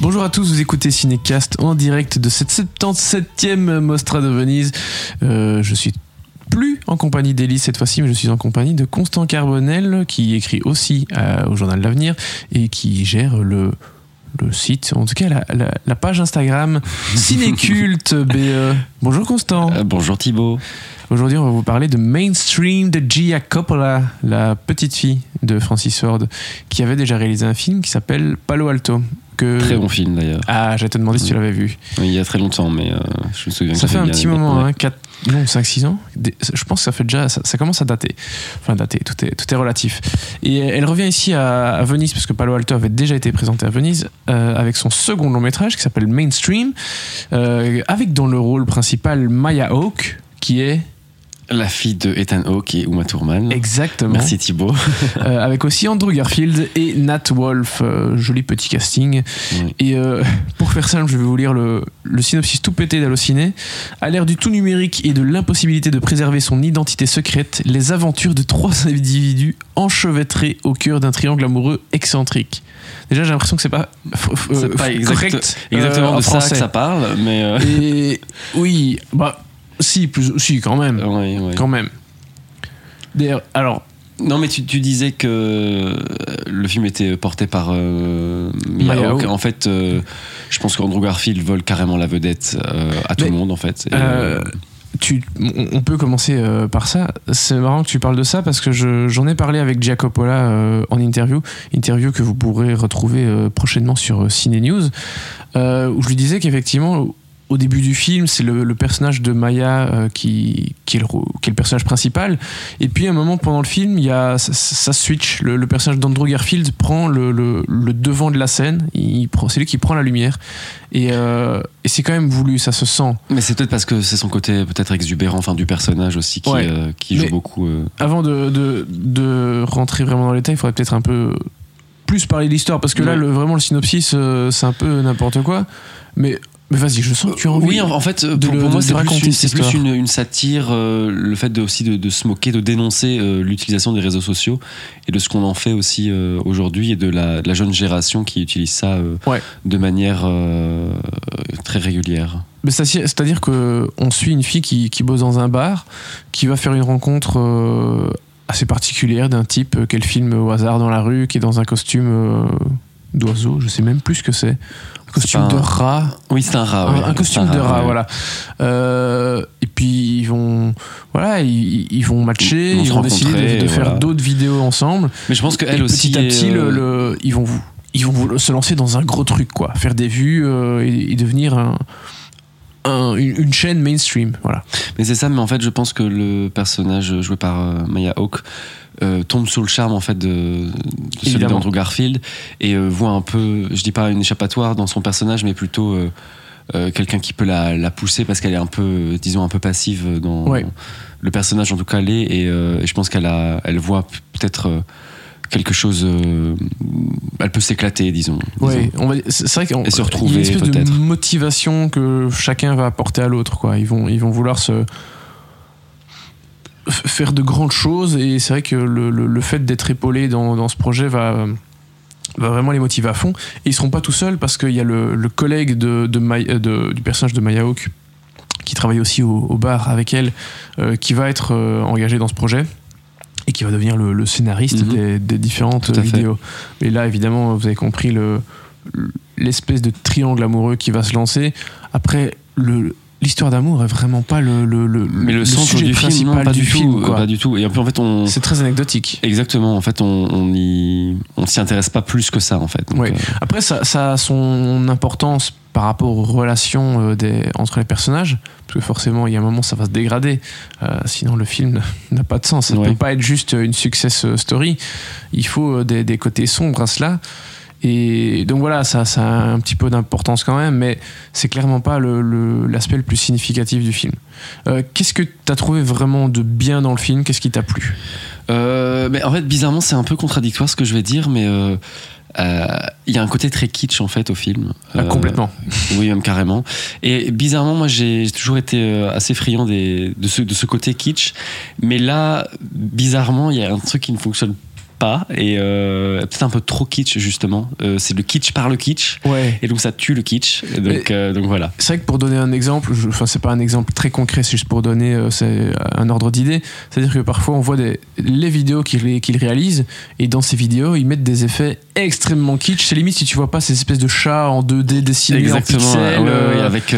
Bonjour à tous, vous écoutez Cinécast en direct de cette 77e Mostra de Venise. Je suis plus en compagnie d'Élise cette fois-ci, mais je suis en compagnie de Constant Carbonel, qui écrit aussi au Journal de l'Avenir et qui gère le site, en tout cas la page Instagram Cinéculte BE. Bonjour Constant. Bonjour Thibaut. Aujourd'hui, on va vous parler de Mainstream de Gia Coppola, la petite fille de Francis Ford, qui avait déjà réalisé un film qui s'appelle Palo Alto. Très bon film d'ailleurs. Ah, j'allais te demander si tu l'avais vu. Oui, il y a très longtemps, mais je me souviens. Ça fait un petit moment, ouais. 5-6 ans. Je pense que ça fait déjà, ça commence à dater. Enfin, dater, tout est relatif. Et elle revient ici à Venise, parce que Palo Alto avait déjà été présenté à Venise, avec son second long métrage qui s'appelle Mainstream, avec dans le rôle principal Maya Hawke, qui est la fille de Ethan Hawke et Uma Thurman. Exactement. Merci Thibaut. Avec aussi Andrew Garfield et Nat Wolff. Joli petit casting. Oui. Et pour faire simple, je vais vous lire le synopsis tout pété d'Allociné. À l'ère du tout numérique et de l'impossibilité de préserver son identité secrète, les aventures de 3 individus enchevêtrés au cœur d'un triangle amoureux excentrique. Déjà, j'ai l'impression que c'est pas correct. Exactement de français. Ça que ça parle, mais. Et oui, Si, quand même. Oui. Quand même. D'ailleurs, alors. Non, mais tu disais que le film était porté par Maya Hawke. En fait, je pense qu'Andrew Garfield vole carrément la vedette à tout le monde, en fait. On peut commencer par ça. C'est marrant que tu parles de ça parce que j'en ai parlé avec Gia Coppola en interview que vous pourrez retrouver prochainement sur Ciné News, où je lui disais qu'effectivement, au début du film, c'est le personnage de Maya qui est le personnage principal. Et puis, à un moment, pendant le film, il y a ça switch. Le personnage d'Andrew Garfield prend le devant de la scène. C'est lui qui prend la lumière. Et c'est quand même voulu, ça se sent. Mais c'est peut-être parce que c'est son côté peut-être exubérant, enfin, du personnage aussi qui joue beaucoup. Avant de rentrer vraiment dans les détails, il faudrait peut-être un peu plus parler de l'histoire. Parce que là, vraiment, le synopsis, c'est un peu n'importe quoi. Mais vas-y, je sens que tu as envie. Oui, en fait, pour moi, c'est plus une satire, le fait aussi de se moquer, de dénoncer l'utilisation des réseaux sociaux et de ce qu'on en fait aussi aujourd'hui et de la jeune génération qui utilise ça de manière très régulière. Mais c'est-à-dire qu'on suit une fille qui bosse dans un bar, qui va faire une rencontre assez particulière d'un type qu'elle filme au hasard dans la rue, qui est dans un costume d'oiseau, je sais même plus ce que c'est. Un costume de rat. Oui, c'est un rat. Un costume de rat, voilà. Et puis ils vont matcher, ils vont décider de faire d'autres vidéos ensemble. Mais je pense qu'elle aussi. Petit à petit, ils vont se lancer dans un gros truc, quoi. Faire des vues et devenir une chaîne mainstream, voilà. Mais c'est ça, mais en fait, je pense que le personnage joué par Maya Hawke tombe sous le charme en fait de celui d'Andrew Garfield et voit un peu, je dis pas une échappatoire dans son personnage, mais plutôt quelqu'un qui peut la pousser parce qu'elle est un peu, disons, un peu passive dans le personnage, en tout cas l'est, et je pense elle voit peut-être quelque chose, elle peut s'éclater, disons. Oui, c'est vrai qu'il et se retrouver, y a une espèce peut-être de motivation que chacun va apporter à l'autre, quoi. Ils vont vouloir faire de grandes choses, et c'est vrai que le fait d'être épaulé dans ce projet va vraiment les motiver à fond. Et ils seront pas tout seuls parce qu'il y a le collègue du personnage de Maya Hawke qui travaille aussi au bar avec elle, qui va être engagé dans ce projet et qui va devenir le scénariste des différentes vidéos. Et là, évidemment, vous avez compris l'espèce de triangle amoureux qui va se lancer. Après, l'histoire d'amour est vraiment pas mais le centre sujet du film, non, pas du film, tout, pas du tout. Et puis en fait, c'est très anecdotique. Exactement. En fait, on s'y intéresse pas plus que ça, en fait. Donc, Après, ça a son importance par rapport aux relations entre les personnages, parce que forcément, il y a un moment, ça va se dégrader. Sinon, le film n'a pas de sens. Ça ne peut pas être juste une success story. Il faut des côtés sombres à cela. Et donc voilà, ça a un petit peu d'importance quand même, mais c'est clairement pas l'aspect le plus significatif du film. Qu'est-ce que tu as trouvé vraiment de bien dans le film ? Qu'est-ce qui t'a plu ? Mais en fait, bizarrement, c'est un peu contradictoire ce que je vais dire, mais il y a un côté très kitsch en fait au film. Complètement. Oui, même carrément. Et bizarrement, moi j'ai toujours été assez friand de ce côté kitsch, mais là, bizarrement, il y a un truc qui ne fonctionne pas et peut-être un peu trop kitsch justement. C'est le kitsch par le kitsch. Ouais. Et donc ça tue le kitsch. Donc voilà. C'est vrai que pour donner un exemple, c'est pas un exemple très concret, c'est juste pour donner c'est un ordre d'idée. C'est-à-dire que parfois on voit les vidéos qu'il réalise et dans ces vidéos ils mettent des effets extrêmement kitsch. C'est limite si tu vois pas ces espèces de chats en 2D dessinés. Exactement, en pixels. Avec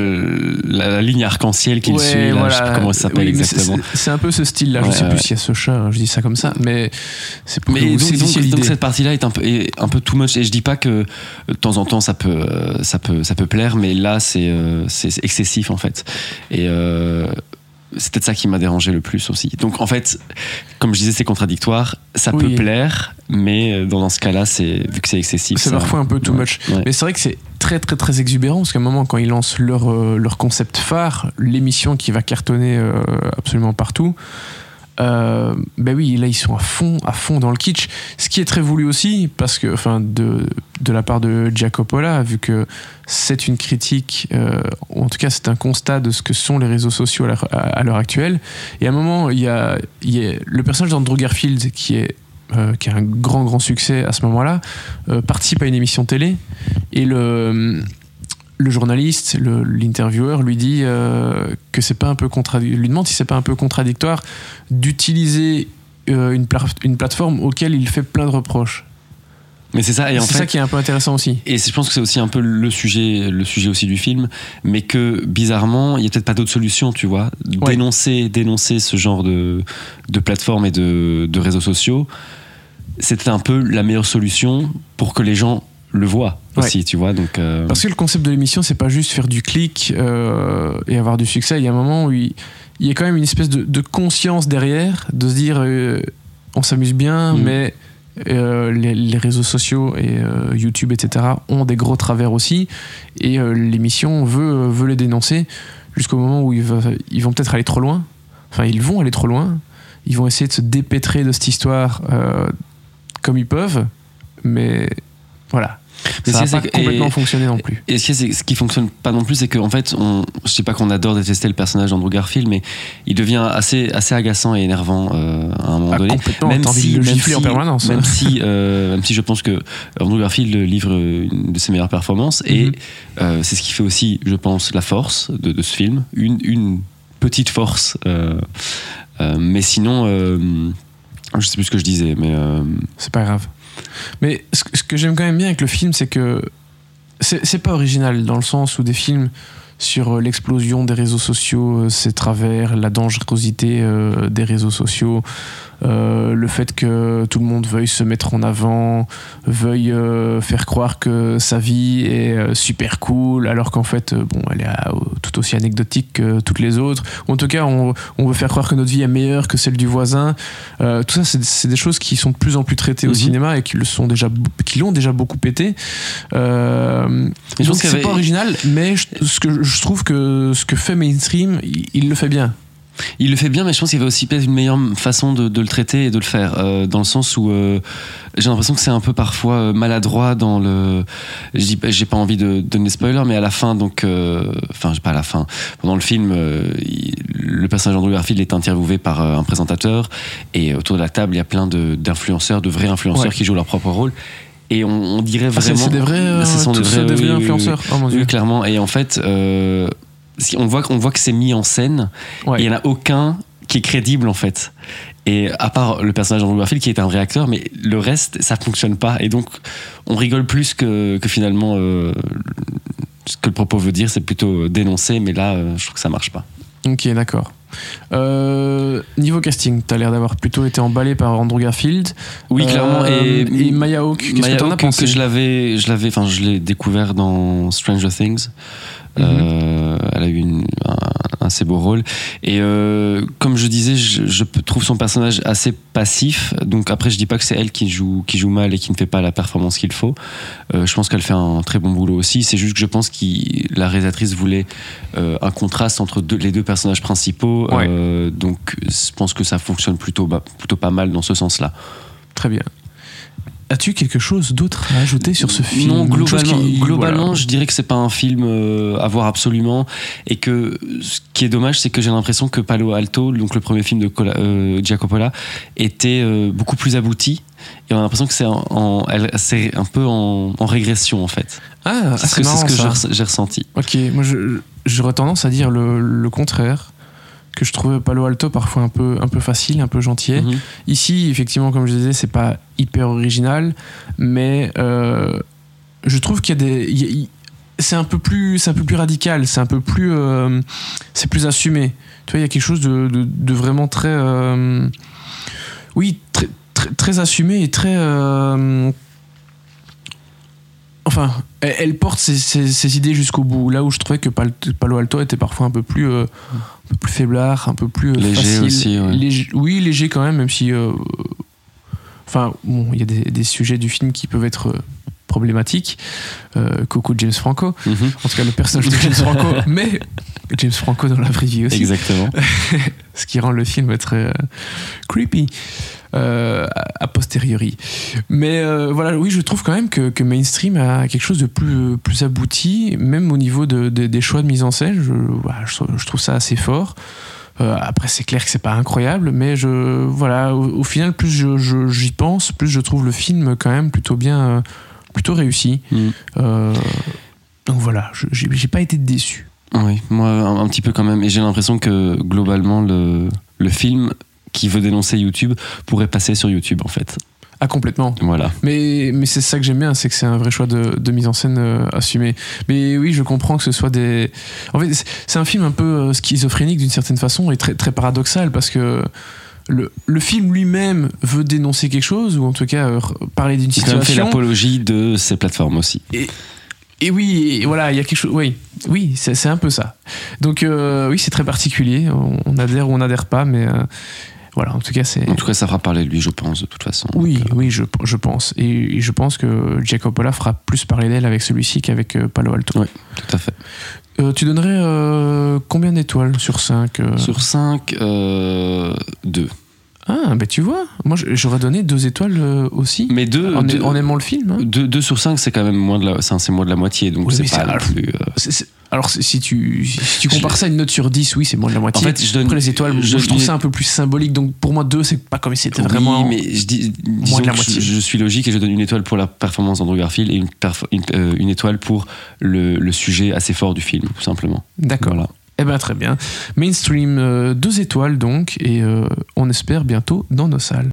la ligne arc-en-ciel qui le suit. Là, je sais pas comment ça s'appelle exactement. C'est un peu ce style-là. Je sais plus s'il y a ce chat. Je dis ça comme ça, mais c'est pour donc cette partie-là est un peu too much. Et je dis pas que de temps en temps ça peut plaire, mais là c'est excessif en fait. Et c'est peut-être ça qui m'a dérangé le plus aussi. Donc en fait, comme je disais, c'est contradictoire. Ça peut plaire, mais dans ce cas-là, vu que c'est excessif. C'est parfois un peu too much. Ouais. Mais c'est vrai que c'est très très très exubérant parce qu'à un moment, quand ils lancent leur concept phare, l'émission qui va cartonner absolument partout. Ben oui, là ils sont à fond dans le kitsch, ce qui est très voulu aussi parce que, enfin, de la part de Giacopola, vu que c'est une critique, ou en tout cas c'est un constat de ce que sont les réseaux sociaux à l'heure actuelle. Et à un moment, il y a le personnage d'Andrew Garfield qui a un grand succès à ce moment-là, participe à une émission télé et le journaliste, l'intervieweur lui dit que c'est pas un peu lui demande si c'est pas un peu contradictoire d'utiliser une plateforme auquel il fait plein de reproches. Mais c'est ça, et c'est ça qui est un peu intéressant aussi. Et je pense que c'est aussi un peu le sujet aussi du film, mais que bizarrement, il y a peut-être pas d'autre solution, tu vois. Ouais. Dénoncer ce genre de plateformes et de réseaux sociaux, c'était un peu la meilleure solution pour que les gens le voit aussi, tu vois. Donc parce que le concept de l'émission, c'est pas juste faire du clic et avoir du succès. Il y a un moment où il y a quand même une espèce de conscience derrière, de se dire on s'amuse bien, mais les réseaux sociaux et YouTube, etc. ont des gros travers aussi, et l'émission veut les dénoncer jusqu'au moment où ils vont peut-être aller trop loin. Enfin, ils vont aller trop loin. Ils vont essayer de se dépêtrer de cette histoire comme ils peuvent, mais voilà. Mais ça n'a pas complètement fonctionné non plus. Et ce qui fonctionne pas non plus, c'est qu'en fait, je sais pas qu'on adore détester le personnage d'Andrew Garfield, mais il devient assez agaçant et énervant à un moment donné. Même si le gifler en permanence. Même si je pense que Andrew Garfield livre une de ses meilleures performances, et c'est ce qui fait aussi, je pense, la force de ce film, une petite force. Mais sinon, je sais plus ce que je disais, mais c'est pas grave. Mais ce que j'aime quand même bien avec le film, c'est que c'est pas original dans le sens où des films sur l'explosion des réseaux sociaux, ses travers, la dangerosité des réseaux sociaux, le fait que tout le monde veuille se mettre en avant, veuille faire croire que sa vie est super cool, alors qu'en fait, elle est tout aussi anecdotique que toutes les autres. Ou en tout cas, on veut faire croire que notre vie est meilleure que celle du voisin. Tout ça, c'est des choses qui sont de plus en plus traitées au cinéma et qui l'ont déjà beaucoup pété. Je pense que c'est pas original, mais je trouve que ce que fait Mainstream, il le fait bien. Il le fait bien, mais je pense qu'il y avait aussi peut-être une meilleure façon de le traiter et de le faire, dans le sens où j'ai l'impression que c'est un peu parfois maladroit dans le... J'ai pas envie de donner des spoilers, mais à la fin, donc... pas à la fin. Pendant le film, le personnage d'Andrew Garfield est interviewé par un présentateur, et autour de la table, il y a plein d'influenceurs, de vrais influenceurs qui jouent leur propre rôle. Et on dirait vraiment... c'est des vrais, des vrais influenceurs. Oh, mon Dieu. Oui, clairement. Et en fait... on voit que c'est mis en scène, et il n'y en a aucun qui est crédible en fait. Et à part le personnage d'Andrew Garfield qui est un vrai acteur, mais le reste ça fonctionne pas. Et donc on rigole plus que finalement ce que le propos veut dire, c'est plutôt dénoncer, mais là je trouve que ça marche pas. Ok, d'accord. Niveau casting, t'as l'air d'avoir plutôt été emballé par Andrew Garfield. Oui, clairement. Et Maya Hawke, qu'est-ce que t'en as pensé? Je l'ai découvert dans Stranger Things. Elle a eu un assez beau rôle, et comme je disais, je trouve son personnage assez passif. Donc après, je dis pas que c'est elle qui joue mal et qui ne fait pas la performance qu'il faut. Je pense qu'elle fait un très bon boulot aussi. C'est juste que je pense que la réalisatrice voulait un contraste entre les deux personnages principaux. Donc je pense que ça fonctionne plutôt pas mal dans ce sens-là. Très bien. As-tu quelque chose d'autre à ajouter sur ce film? Non, globalement, je dirais que c'est pas un film à voir absolument, et que ce qui est dommage, c'est que j'ai l'impression que Palo Alto, donc le premier film de Giacopola, était beaucoup plus abouti, et on a l'impression que c'est un peu en régression en fait. C'est marrant, ce que j'ai ressenti. Ok, moi j'aurais tendance à dire le contraire. Que je trouvais Palo Alto parfois un peu facile, un peu gentil. Ici, effectivement, comme je disais, c'est pas hyper original, mais je trouve qu'il y a c'est un peu plus radical, c'est un peu plus c'est plus assumé. Tu vois, il y a quelque chose de vraiment très très assumé et très enfin, elle porte ses idées jusqu'au bout. Là où je trouvais que Palo Alto était parfois un peu plus faiblard, un peu plus léger facile. Aussi, ouais. Léger quand même si enfin bon, il y a des sujets du film qui peuvent être problématiques. Coucou James Franco. En tout cas le personnage de James Franco, mais James Franco dans la vraie vie aussi. Exactement. Ce qui rend le film très creepy. A posteriori. Mais voilà, oui, je trouve quand même que Mainstream a quelque chose de plus abouti, même au niveau des choix de mise en scène. Je trouve ça assez fort. Après, c'est clair que c'est pas incroyable, mais au final, plus j'y pense, plus je trouve le film quand même plutôt bien, plutôt réussi. Donc voilà, j'ai pas été déçu. Oui, moi un petit peu quand même, et j'ai l'impression que globalement le film qui veut dénoncer YouTube pourrait passer sur YouTube en fait. Ah, complètement. Voilà. Mais c'est ça que j'aime bien, c'est que c'est un vrai choix de mise en scène assumé. Mais oui, je comprends que ce soit des... En fait, c'est un film un peu schizophrénique d'une certaine façon et très, très paradoxal parce que le film lui-même veut dénoncer quelque chose ou en tout cas parler d'une situation. Il a fait l'apologie de ces plateformes aussi. Et oui, et voilà, il y a quelque chose. Oui, c'est un peu ça. Donc oui, c'est très particulier. On adhère ou on n'adhère pas, mais voilà. En tout cas, ça fera parler de lui, je pense, de toute façon. Oui, je pense. Et je pense que Giacopola fera plus parler d'elle avec celui-ci qu'avec Palo Alto. Oui, tout à fait. Tu donnerais combien d'étoiles sur 5 Sur 5, 2. Ah, ben tu vois, moi j'aurais donné 2 étoiles aussi. Mais en aimant le film. 2 sur 5, c'est quand même moins de la moitié, donc oui, c'est pas plus. Alors si tu compares ça à une note sur 10, oui, c'est moins de la moitié. En fait, après les étoiles, je trouve ça un peu plus symbolique, donc pour moi 2, c'est pas comme si c'était vraiment. Oui, mais disons que je suis logique et je donne une étoile pour la performance d'Andrew Garfield et une étoile pour le sujet assez fort du film, tout simplement. D'accord. Voilà. Eh ben très bien. Mainstream, 2 étoiles donc, et on espère bientôt dans nos salles.